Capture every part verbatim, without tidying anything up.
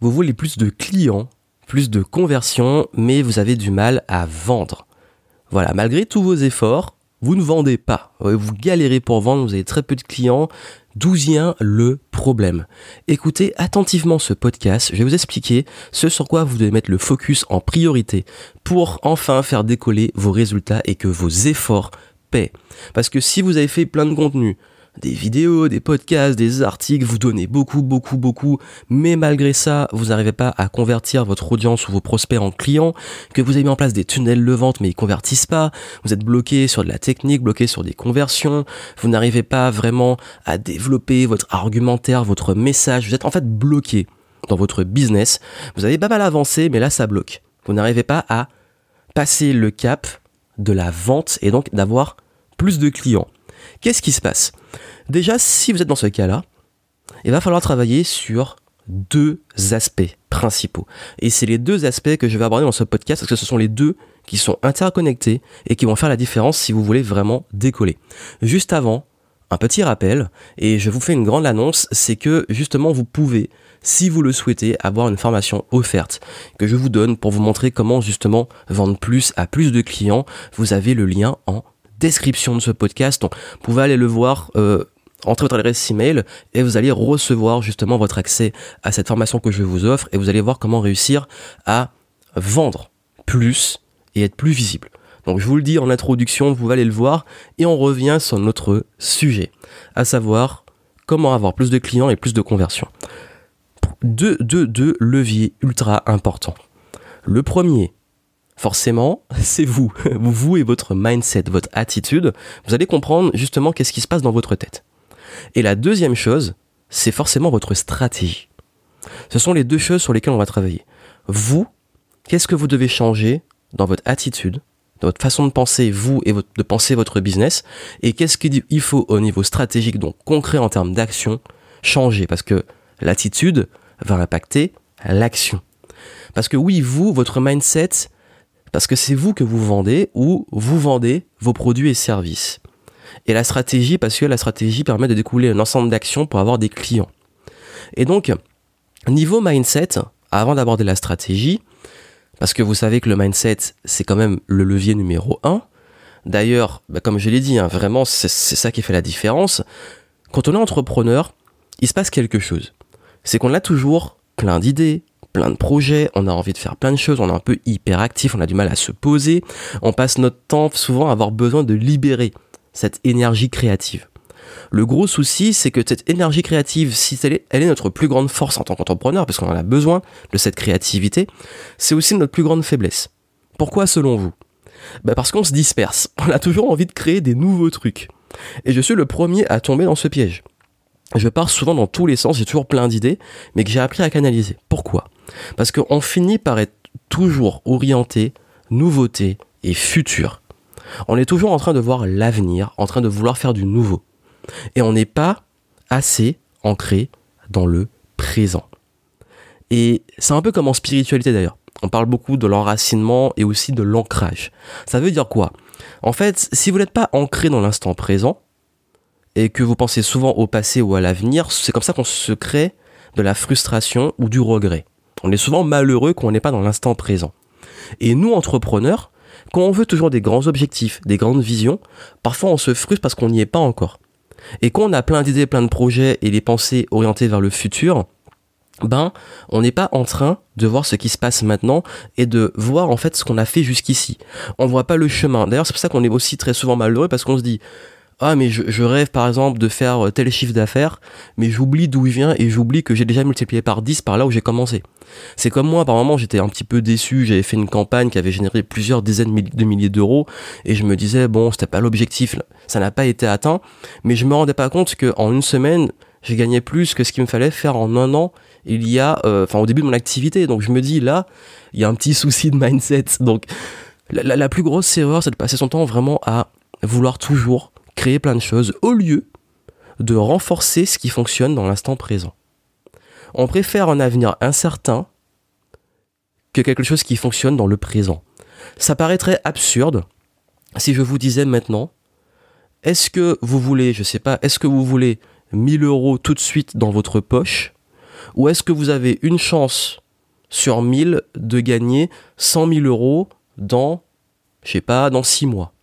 vous voulez plus de clients, plus de conversions, mais vous avez du mal à vendre. Voilà, malgré tous vos efforts, vous ne vendez pas. Vous galérez pour vendre, vous avez très peu de clients. D'où vient le problème ? Écoutez attentivement ce podcast, je vais vous expliquer ce sur quoi vous devez mettre le focus en priorité pour enfin faire décoller vos résultats et que vos efforts paient. Parce que si vous avez fait plein de contenu, des vidéos, des podcasts, des articles, vous donnez beaucoup, beaucoup, beaucoup, mais malgré ça, vous n'arrivez pas à convertir votre audience ou vos prospects en clients, que vous avez mis en place des tunnels de vente mais ils convertissent pas, vous êtes bloqué sur de la technique, bloqué sur des conversions, vous n'arrivez pas vraiment à développer votre argumentaire, votre message, vous êtes en fait bloqué dans votre business, vous avez pas mal avancé mais là ça bloque. Vous n'arrivez pas à passer le cap de la vente et donc d'avoir plus de clients. Qu'est-ce qui se passe ? Déjà, si vous êtes dans ce cas-là, il va falloir travailler sur deux aspects principaux. Et c'est les deux aspects que je vais aborder dans ce podcast parce que ce sont les deux qui sont interconnectés et qui vont faire la différence si vous voulez vraiment décoller. Juste avant, un petit rappel, et je vous fais une grande annonce, c'est que justement vous pouvez, si vous le souhaitez, avoir une formation offerte que je vous donne pour vous montrer comment justement vendre plus à plus de clients. Vous avez le lien en description de ce podcast, donc vous pouvez aller le voir, euh, entrez votre adresse email et vous allez recevoir justement votre accès à cette formation que je vous offre et vous allez voir comment réussir à vendre plus et être plus visible. Donc je vous le dis en introduction, vous pouvez aller le voir et on revient sur notre sujet, à savoir comment avoir plus de clients et plus de conversions. Deux, deux, deux leviers ultra importants. Le premier, forcément, c'est vous, vous et votre mindset, votre attitude. Vous allez comprendre justement qu'est-ce qui se passe dans votre tête. Et la deuxième chose, c'est forcément votre stratégie. Ce sont les deux choses sur lesquelles on va travailler. Vous, qu'est-ce que vous devez changer dans votre attitude, dans votre façon de penser, vous, et votre, de penser votre business, et qu'est-ce qu'il faut au niveau stratégique, donc concret en termes d'action, changer, parce que l'attitude va impacter l'action. Parce que oui, vous, votre mindset, parce que c'est vous que vous vendez ou vous vendez vos produits et services. Et la stratégie, parce que la stratégie permet de découler un ensemble d'actions pour avoir des clients. Et donc, niveau mindset, avant d'aborder la stratégie, parce que vous savez que le mindset, c'est quand même le levier numéro un. D'ailleurs, bah comme je l'ai dit, hein, vraiment, c'est, c'est ça qui fait la différence. Quand on est entrepreneur, il se passe quelque chose. C'est qu'on a toujours plein d'idées, plein de projets, on a envie de faire plein de choses, on est un peu hyperactif, on a du mal à se poser, on passe notre temps souvent à avoir besoin de libérer cette énergie créative. Le gros souci, c'est que cette énergie créative, si elle est, elle est notre plus grande force en tant qu'entrepreneur, parce qu'on en a besoin de cette créativité, c'est aussi notre plus grande faiblesse. Pourquoi selon vous ? Ben parce qu'on se disperse, on a toujours envie de créer des nouveaux trucs. Et je suis le premier à tomber dans ce piège. Je pars souvent dans tous les sens, j'ai toujours plein d'idées, mais que j'ai appris à canaliser. Pourquoi ? Parce qu'on finit par être toujours orienté, nouveauté et futur. On est toujours en train de voir l'avenir, en train de vouloir faire du nouveau. Et on n'est pas assez ancré dans le présent. Et c'est un peu comme en spiritualité d'ailleurs. On parle beaucoup de l'enracinement et aussi de l'ancrage. Ça veut dire quoi ? En fait, si vous n'êtes pas ancré dans l'instant présent, et que vous pensez souvent au passé ou à l'avenir, c'est comme ça qu'on se crée de la frustration ou du regret. On est souvent malheureux quand on n'est pas dans l'instant présent. Et nous, entrepreneurs, quand on veut toujours des grands objectifs, des grandes visions, parfois on se frustre parce qu'on n'y est pas encore. Et quand on a plein d'idées, plein de projets et les pensées orientées vers le futur, ben, on n'est pas en train de voir ce qui se passe maintenant et de voir en fait ce qu'on a fait jusqu'ici. On voit pas le chemin. D'ailleurs, c'est pour ça qu'on est aussi très souvent malheureux parce qu'on se dit ah mais je, je rêve par exemple de faire tel chiffre d'affaires, mais j'oublie d'où il vient et j'oublie que j'ai déjà multiplié par dix par là où j'ai commencé. C'est comme moi, par moment j'étais un petit peu déçu, j'avais fait une campagne qui avait généré plusieurs dizaines de milliers d'euros et je me disais bon c'était pas l'objectif, ça n'a pas été atteint, mais je me rendais pas compte qu'en une semaine j'ai gagné plus que ce qu'il me fallait faire en un an il y a, enfin euh, au début de mon activité, donc je me dis là il y a un petit souci de mindset, donc la, la, la plus grosse erreur c'est de passer son temps vraiment à vouloir toujours créer plein de choses au lieu de renforcer ce qui fonctionne dans l'instant présent. On préfère un avenir incertain que quelque chose qui fonctionne dans le présent. Ça paraîtrait absurde si je vous disais maintenant, est-ce que vous voulez, je sais pas, est-ce que vous voulez mille euros tout de suite dans votre poche Ou est-ce que vous avez une chance sur mille de gagner cent mille euros dans, je sais pas, dans six mois?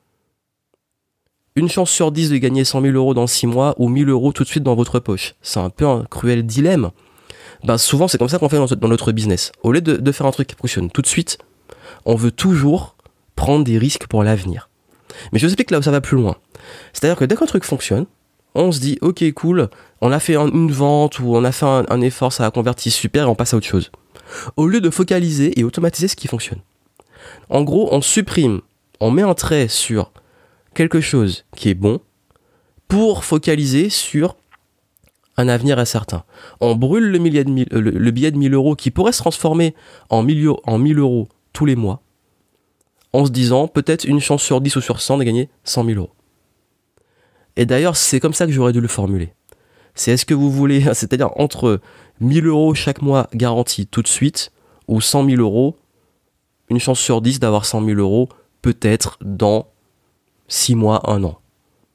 Une chance sur dix de gagner cent mille euros dans six mois ou mille euros tout de suite dans votre poche. C'est un peu un cruel dilemme. Ben souvent, c'est comme ça qu'on fait dans notre business. Au lieu de, de faire un truc qui fonctionne tout de suite, on veut toujours prendre des risques pour l'avenir. Mais je vous explique là où ça va plus loin. C'est-à-dire que dès qu'un truc fonctionne, on se dit « Ok, cool, on a fait un, une vente ou on a fait un, un effort, ça a converti, super, et on passe à autre chose. » Au lieu de focaliser et automatiser ce qui fonctionne. En gros, on supprime, on met un trait sur quelque chose qui est bon pour focaliser sur un avenir incertain. On brûle le, millier de mille, le, le billet de mille euros qui pourrait se transformer en mille, en mille euros tous les mois en se disant peut-être une chance sur dix ou sur cent de gagner cent mille euros. Et d'ailleurs, c'est comme ça que j'aurais dû le formuler. C'est est-ce que vous voulez, c'est-à-dire entre mille euros chaque mois garantis tout de suite ou cent mille euros, une chance sur dix d'avoir cent mille euros peut-être dans six mois, un an.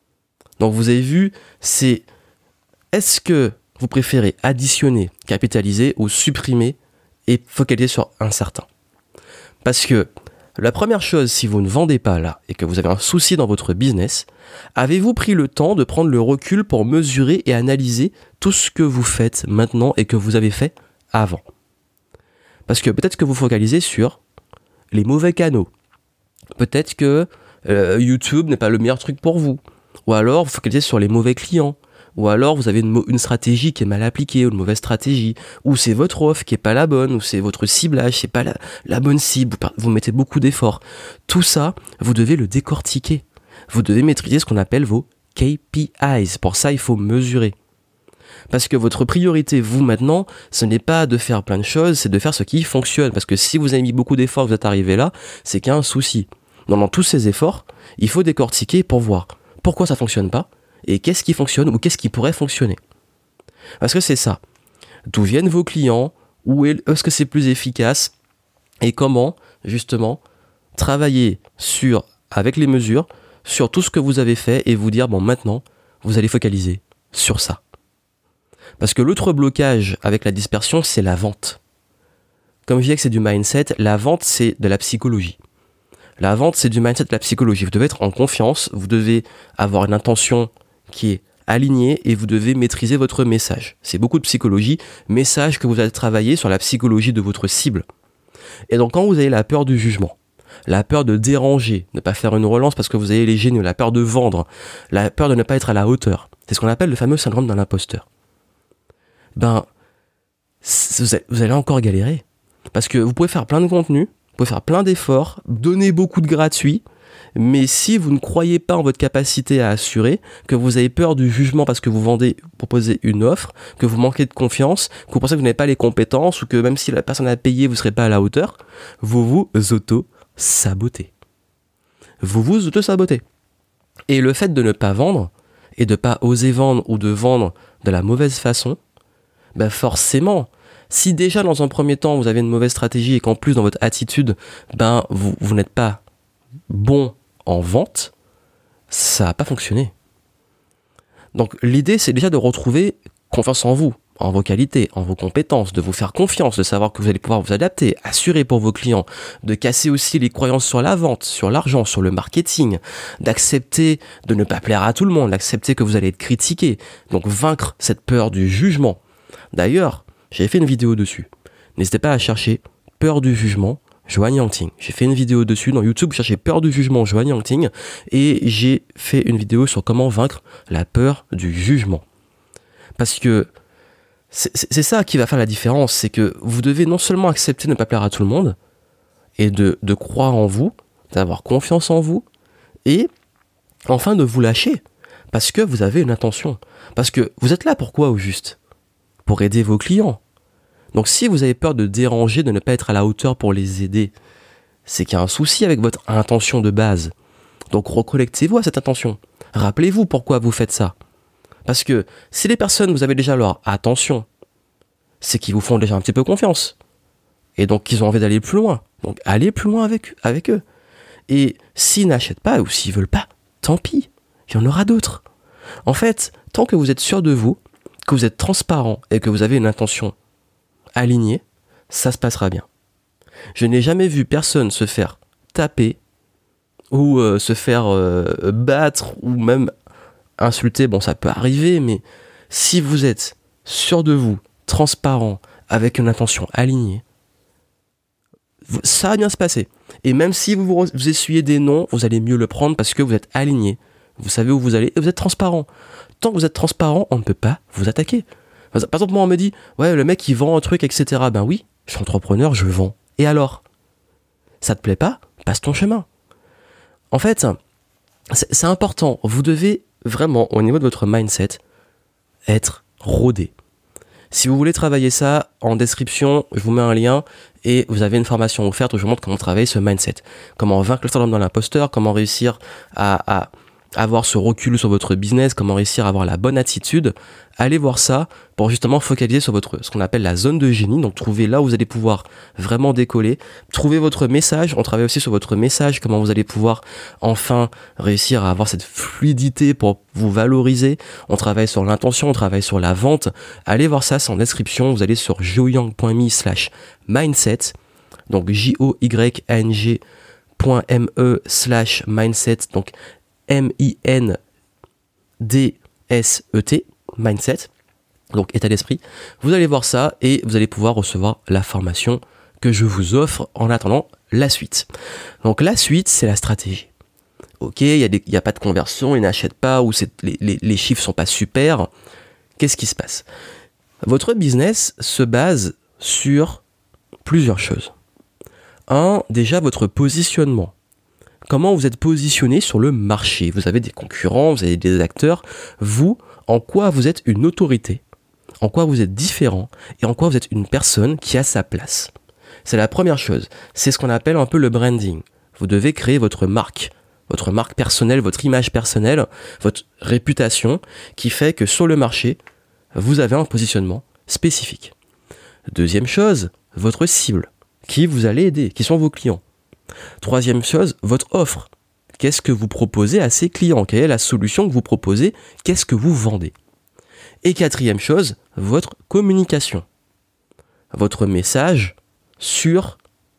Donc vous avez vu, c'est est-ce que vous préférez additionner, capitaliser ou supprimer et focaliser sur un certain? Parce que la première chose, si vous ne vendez pas là et que vous avez un souci dans votre business, avez-vous pris le temps de prendre le recul pour mesurer et analyser tout ce que vous faites maintenant et que vous avez fait avant? Parce que peut-être que vous focalisez sur les mauvais canaux. Peut-être que euh, YouTube n'est pas le meilleur truc pour vous. Ou alors vous focalisez sur les mauvais clients. Ou alors vous avez une, mo- une stratégie qui est mal appliquée, ou une mauvaise stratégie. Ou c'est votre offre qui est pas la bonne, ou c'est votre ciblage, c'est pas la, la bonne cible. Vous, vous mettez beaucoup d'efforts. Tout ça, vous devez le décortiquer. Vous devez maîtriser ce qu'on appelle vos K P Is. Pour ça, il faut mesurer. Parce que votre priorité, vous, maintenant, ce n'est pas de faire plein de choses, c'est de faire ce qui fonctionne. Parce que si vous avez mis beaucoup d'efforts, vous êtes arrivé là, c'est qu'il y a un souci. Donc, dans tous ces efforts, il faut décortiquer pour voir pourquoi ça fonctionne pas et qu'est-ce qui fonctionne ou qu'est-ce qui pourrait fonctionner. Parce que c'est ça. D'où viennent vos clients? Où est, est-ce que c'est plus efficace? Et comment, justement, travailler sur, avec les mesures, sur tout ce que vous avez fait et vous dire, bon, maintenant, vous allez focaliser sur ça. Parce que l'autre blocage avec la dispersion, c'est la vente. Comme je disais que c'est du mindset, la vente, c'est de la psychologie. La vente, c'est du mindset, de la psychologie. Vous devez être en confiance, vous devez avoir une intention qui est alignée et vous devez maîtriser votre message. C'est beaucoup de psychologie, message que vous allez travailler sur la psychologie de votre cible. Et donc, quand vous avez la peur du jugement, la peur de déranger, ne pas faire une relance parce que vous avez les géniaux, la peur de vendre, la peur de ne pas être à la hauteur, c'est ce qu'on appelle le fameux syndrome de l'imposteur. Ben, vous allez encore galérer. Parce que vous pouvez faire plein de contenu, vous pouvez faire plein d'efforts, donner beaucoup de gratuit, mais si vous ne croyez pas en votre capacité à assurer, que vous avez peur du jugement parce que vous vendez, proposez une offre, que vous manquez de confiance, que vous pensez que vous n'avez pas les compétences, ou que même si la personne a payé, vous ne serez pas à la hauteur, vous vous auto-sabotez. Vous vous auto-sabotez. Et le fait de ne pas vendre, et de ne pas oser vendre, ou de vendre de la mauvaise façon, ben forcément, si déjà dans un premier temps vous avez une mauvaise stratégie et qu'en plus dans votre attitude, ben vous, vous n'êtes pas bon en vente, ça va pas fonctionner. Donc l'idée c'est déjà de retrouver confiance en vous, en vos qualités, en vos compétences, de vous faire confiance, de savoir que vous allez pouvoir vous adapter, assurer pour vos clients, de casser aussi les croyances sur la vente, sur l'argent, sur le marketing, d'accepter de ne pas plaire à tout le monde, d'accepter que vous allez être critiqué, donc vaincre cette peur du jugement. D'ailleurs, j'ai fait une vidéo dessus. N'hésitez pas à chercher peur du jugement, Joanne Yangting. J'ai fait une vidéo dessus dans YouTube, cherchez peur du jugement, Joanne Yangting, et j'ai fait une vidéo sur comment vaincre la peur du jugement. Parce que c'est, c'est ça qui va faire la différence, c'est que vous devez non seulement accepter de ne pas plaire à tout le monde, et de, de croire en vous, d'avoir confiance en vous, et enfin de vous lâcher, parce que vous avez une intention. Parce que vous êtes là pourquoi au juste ? Pour aider vos clients. Donc si vous avez peur de déranger, de ne pas être à la hauteur pour les aider, c'est qu'il y a un souci avec votre intention de base. Donc reconnectez-vous à cette intention. Rappelez-vous pourquoi vous faites ça. Parce que si les personnes, vous avez déjà leur attention, c'est qu'ils vous font déjà un petit peu confiance. Et donc qu'ils ont envie d'aller plus loin. Donc allez plus loin avec, avec eux. Et s'ils n'achètent pas ou s'ils veulent pas, tant pis, il y en aura d'autres. En fait, tant que vous êtes sûr de vous, que vous êtes transparent et que vous avez une intention alignée, ça se passera bien. Je n'ai jamais vu personne se faire taper ou euh, se faire euh, battre ou même insulter. Bon, ça peut arriver, mais si vous êtes sûr de vous, transparent, avec une intention alignée, ça va bien se passer. Et même si vous, vous, vous essuyez des noms, vous allez mieux le prendre parce que vous êtes aligné. Vous savez où vous allez et vous êtes transparent. Tant que vous êtes transparent, on ne peut pas vous attaquer. Par exemple, moi, on me dit, ouais, le mec, il vend un truc, et cetera. Ben oui, je suis entrepreneur, je vends. Et alors ? Ça te plaît pas ? Passe ton chemin. En fait, c'est, c'est important. Vous devez vraiment, au niveau de votre mindset, être rodé. Si vous voulez travailler ça, en description, je vous mets un lien et vous avez une formation offerte où je vous montre comment travailler ce mindset. Comment vaincre le syndrome de l'imposteur, comment réussir à, à avoir ce recul sur votre business, comment réussir à avoir la bonne attitude. Allez voir ça pour justement focaliser sur votre, ce qu'on appelle la zone de génie. Donc trouver là où vous allez pouvoir vraiment décoller. Trouver votre message. On travaille aussi sur votre message, comment vous allez pouvoir enfin réussir à avoir cette fluidité pour vous valoriser. On travaille sur l'intention, on travaille sur la vente. Allez voir ça, c'est en description. Vous allez sur joyang.me slash mindset. Donc J-O-Y-A-N-G.me slash mindset. Donc M I N D S E T, mindset, donc état d'esprit. Vous allez voir ça et vous allez pouvoir recevoir la formation que je vous offre en attendant la suite. Donc la suite, c'est la stratégie. Ok, il n'y a, a pas de conversion, ils n'achètent pas ou c'est, les, les, les chiffres sont pas super. Qu'est-ce qui se passe ? Votre business se base sur plusieurs choses. Un, déjà votre positionnement. Comment vous êtes positionné sur le marché ? Vous avez des concurrents, vous avez des acteurs. Vous, en quoi vous êtes une autorité ? En quoi vous êtes différent ? Et en quoi vous êtes une personne qui a sa place ? C'est la première chose. C'est ce qu'on appelle un peu le branding. Vous devez créer votre marque. Votre marque personnelle, votre image personnelle, votre réputation qui fait que sur le marché, vous avez un positionnement spécifique. Deuxième chose, votre cible. Qui vous allez aider ? Qui sont vos clients ? Troisième chose, votre offre. Qu'est-ce que vous proposez à ces clients ? Quelle est la solution que vous proposez ? Qu'est-ce que vous vendez ? Et quatrième chose, votre communication. Votre message sur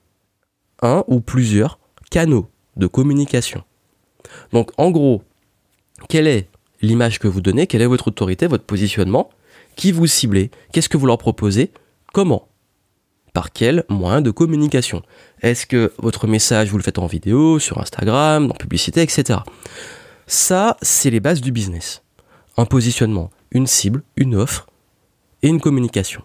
un ou plusieurs canaux de communication. Donc en gros, quelle est l'image que vous donnez ? Quelle est votre autorité, votre positionnement ? Qui vous ciblez ? Qu'est-ce que vous leur proposez ? Comment ? Par quel moyen de communication ? Est-ce que votre message, vous le faites en vidéo, sur Instagram, en publicité, et cetera. Ça, c'est les bases du business. Un positionnement, une cible, une offre et une communication.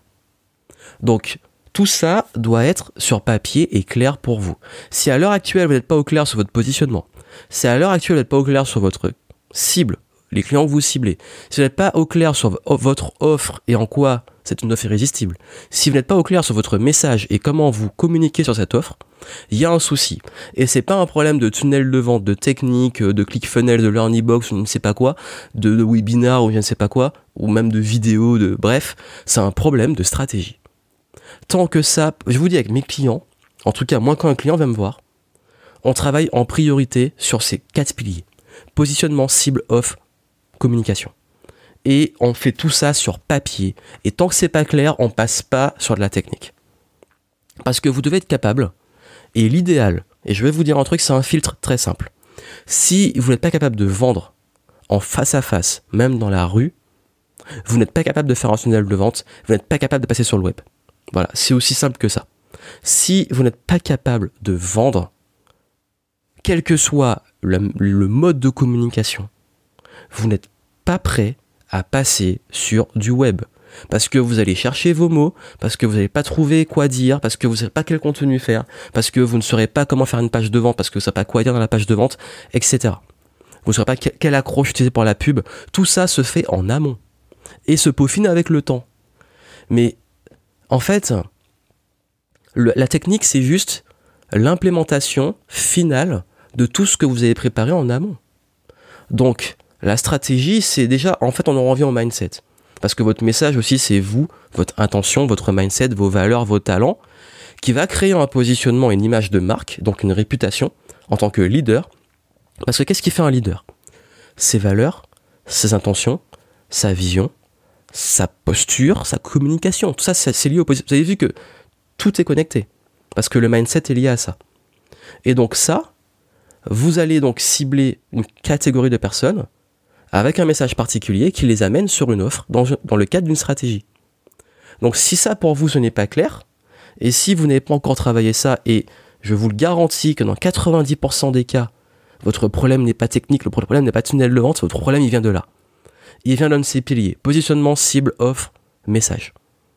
Donc, tout ça doit être sur papier et clair pour vous. Si à l'heure actuelle, vous n'êtes pas au clair sur votre positionnement, si à l'heure actuelle, vous n'êtes pas au clair sur votre cible, les clients que vous ciblez, si vous n'êtes pas au clair sur votre offre et en quoi c'est une offre irrésistible, si vous n'êtes pas au clair sur votre message et comment vous communiquez sur cette offre, il y a un souci. Et c'est pas un problème de tunnel de vente, de technique, de ClickFunnels, de LearnyBox, ou je ne sais pas quoi, de, de webinar ou je ne sais pas quoi, ou même de vidéos, de bref, c'est un problème de stratégie. Tant que ça, je vous dis avec mes clients, en tout cas moi quand un client va me voir, on travaille en priorité sur ces quatre piliers. Positionnement, cible, offre, communication. Et on fait tout ça sur papier. Et tant que c'est pas clair, on passe pas sur de la technique. Parce que vous devez être capable, et l'idéal, et je vais vous dire un truc, c'est un filtre très simple. Si vous n'êtes pas capable de vendre en face à face, même dans la rue, vous n'êtes pas capable de faire un tunnel de vente, vous n'êtes pas capable de passer sur le web. Voilà, c'est aussi simple que ça. Si vous n'êtes pas capable de vendre, quel que soit le, le mode de communication, vous n'êtes pas prêt à passer sur du web. Parce que vous allez chercher vos mots, parce que vous n'allez pas trouver quoi dire, parce que vous ne savez pas quel contenu faire, parce que vous ne saurez pas comment faire une page de vente, parce que vous ne savez pas quoi dire dans la page de vente, et cetera. Vous ne saurez pas quelle accroche utiliser pour la pub. Tout ça se fait en amont et se peaufine avec le temps. Mais en fait, le, la technique, c'est juste l'implémentation finale de tout ce que vous avez préparé en amont. Donc, la stratégie, c'est déjà, en fait, on en revient au mindset. Parce que votre message aussi, c'est vous, votre intention, votre mindset, vos valeurs, vos talents, qui va créer un positionnement, une image de marque, donc une réputation en tant que leader. Parce que qu'est-ce qui fait un leader ? Ses valeurs, ses intentions, sa vision, sa posture, sa communication. Tout ça, c'est lié au positif. Vous avez vu que tout est connecté. Parce que le mindset est lié à ça. Et donc ça, vous allez donc cibler une catégorie de personnes avec un message particulier qui les amène sur une offre dans, dans le cadre d'une stratégie. Donc si ça pour vous ce n'est pas clair, et si vous n'avez pas encore travaillé ça, et je vous le garantis que dans quatre-vingt-dix pour cent des cas, votre problème n'est pas technique, le problème n'est pas tunnel de vente, votre problème il vient de là. Il vient d'un de ces piliers, positionnement, cible, offre, message.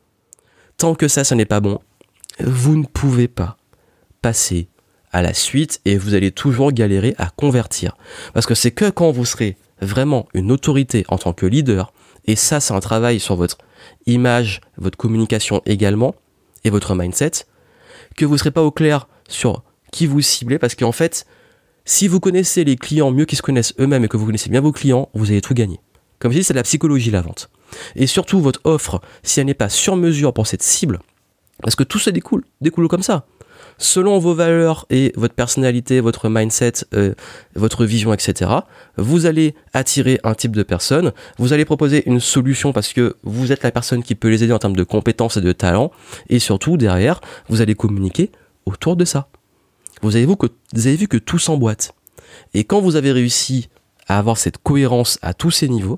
Tant que ça, ça n'est pas bon, vous ne pouvez pas passer à la suite et vous allez toujours galérer à convertir. Parce que c'est que quand vous serez vraiment une autorité en tant que leader, et ça c'est un travail sur votre image, votre communication également, et votre mindset, que vous ne serez pas au clair sur qui vous ciblez, parce qu'en fait, si vous connaissez les clients mieux qu'ils se connaissent eux-mêmes et que vous connaissez bien vos clients, vous allez tout gagner. Comme je dis, c'est de la psychologie la vente. Et surtout, votre offre, si elle n'est pas sur mesure pour cette cible, parce que tout ça découle, découle comme ça. Selon vos valeurs et votre personnalité, votre mindset, euh, votre vision, et cetera, vous allez attirer un type de personne, vous allez proposer une solution parce que vous êtes la personne qui peut les aider en termes de compétences et de talent, et surtout, derrière, vous allez communiquer autour de ça. Vous avez vu que, vous avez vu que tout s'emboîte. Et quand vous avez réussi à avoir cette cohérence à tous ces niveaux,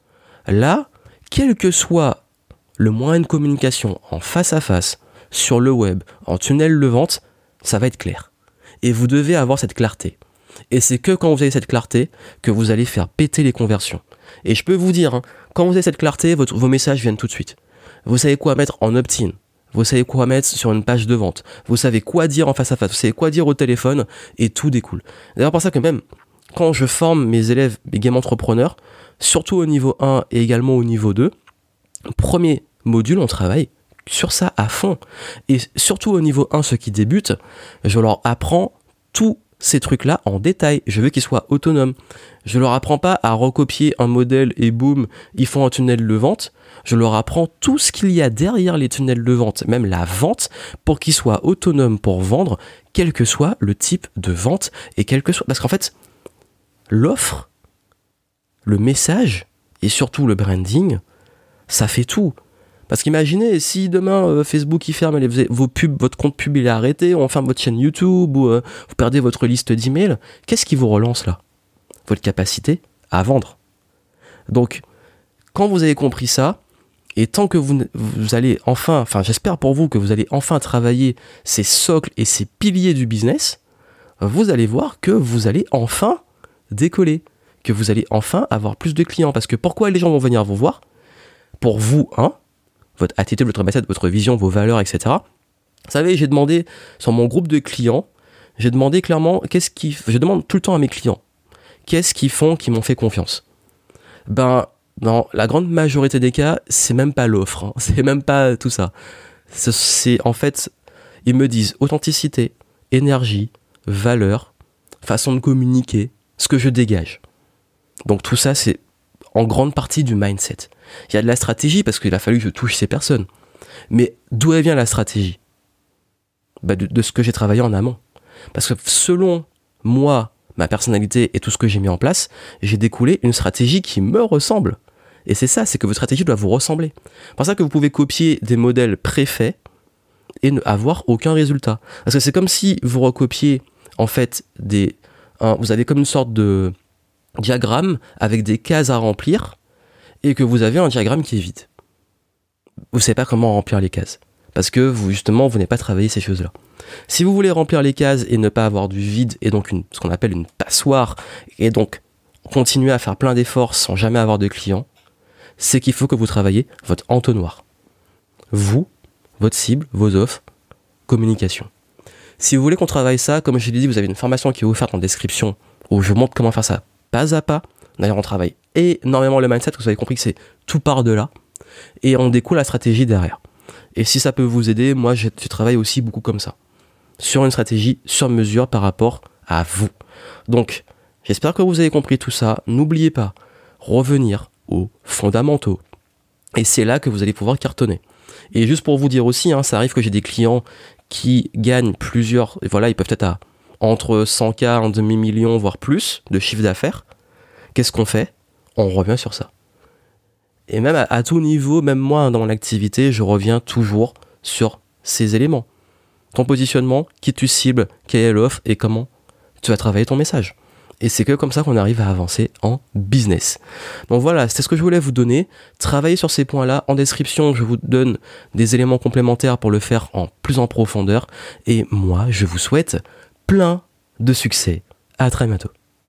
là, quel que soit le moyen de communication en face à face, sur le web, en tunnel de vente, ça va être clair. Et vous devez avoir cette clarté. Et c'est que quand vous avez cette clarté que vous allez faire péter les conversions. Et je peux vous dire, hein, quand vous avez cette clarté, votre, vos messages viennent tout de suite. Vous savez quoi mettre en opt-in. Vous savez quoi mettre sur une page de vente. Vous savez quoi dire en face à face. Vous savez quoi dire au téléphone et tout découle. D'ailleurs, pour ça que même quand je forme mes élèves, mes game entrepreneurs, surtout au niveau un et également au niveau deux, premier module, on travaille sur ça à fond. Et surtout au niveau un, ceux qui débutent, je leur apprends tous ces trucs-là en détail. Je veux qu'ils soient autonomes. Je leur apprends pas à recopier un modèle et boum, ils font un tunnel de vente. Je leur apprends tout ce qu'il y a derrière les tunnels de vente, même la vente, pour qu'ils soient autonomes pour vendre, quel que soit le type de vente et quel que soit... Parce qu'en fait, l'offre, le message et surtout le branding, ça fait tout. Parce qu'imaginez, si demain euh, Facebook il ferme, les, vos pubs, votre compte pub il est arrêté, on ferme votre chaîne YouTube, ou euh, vous perdez votre liste d'emails, qu'est-ce qui vous relance là ? Votre capacité à vendre. Donc, quand vous avez compris ça, et tant que vous, vous allez enfin, enfin j'espère pour vous que vous allez enfin travailler ces socles et ces piliers du business, vous allez voir que vous allez enfin décoller, que vous allez enfin avoir plus de clients. Parce que pourquoi les gens vont venir vous voir ? Pour vous, hein, votre attitude, votre mindset, votre vision, vos valeurs, et cetera. Vous savez, j'ai demandé sur mon groupe de clients, j'ai demandé clairement, qu'est-ce qui, je demande tout le temps à mes clients, qu'est-ce qu'ils font qui m'ont fait confiance ? Ben, dans la grande majorité des cas, c'est même pas l'offre, hein, c'est même pas tout ça. C'est, c'est en fait, ils me disent authenticité, énergie, valeur, façon de communiquer, ce que je dégage. Donc tout ça, c'est en grande partie du mindset. Il y a de la stratégie parce qu'il a fallu que je touche ces personnes. Mais d'où elle vient la stratégie ? Bah de, de ce que j'ai travaillé en amont. Parce que selon moi, ma personnalité et tout ce que j'ai mis en place, j'ai découlé une stratégie qui me ressemble. Et c'est ça, c'est que votre stratégie doit vous ressembler. C'est pour ça que vous pouvez copier des modèles préfaits et ne avoir aucun résultat. Parce que c'est comme si vous recopiez en fait des... Un, vous avez comme une sorte de diagramme avec des cases à remplir et que vous avez un diagramme qui est vide. Vous ne savez pas comment remplir les cases. Parce que vous, justement, vous n'avez pas travaillé ces choses-là. Si vous voulez remplir les cases et ne pas avoir du vide et donc une, ce qu'on appelle une passoire et donc continuer à faire plein d'efforts sans jamais avoir de clients, c'est qu'il faut que vous travaillez votre entonnoir. Vous, votre cible, vos offres, communication. Si vous voulez qu'on travaille ça, comme je l'ai dit, vous avez une formation qui est offerte en description où je vous montre comment faire ça pas à pas. D'ailleurs, on travaille énormément le mindset, vous avez compris que c'est tout par de là. Et on découle la stratégie derrière. Et si ça peut vous aider, moi, je, je travaille aussi beaucoup comme ça. Sur une stratégie sur mesure par rapport à vous. Donc, j'espère que vous avez compris tout ça. N'oubliez pas, revenir aux fondamentaux. Et c'est là que vous allez pouvoir cartonner. Et juste pour vous dire aussi, hein, ça arrive que j'ai des clients qui gagnent plusieurs... Et voilà, ils peuvent être à entre cent K, un demi-million, voire plus de chiffre d'affaires. Qu'est-ce qu'on fait ? On revient sur ça. Et même à, à tout niveau, même moi dans mon activité, je reviens toujours sur ces éléments. Ton positionnement, qui tu cibles, quelle est l'offre et comment tu vas travailler ton message. Et c'est que comme ça qu'on arrive à avancer en business. Donc voilà, c'est ce que je voulais vous donner. Travaillez sur ces points-là. En description, je vous donne des éléments complémentaires pour le faire en plus en profondeur. Et moi, je vous souhaite plein de succès. À très bientôt.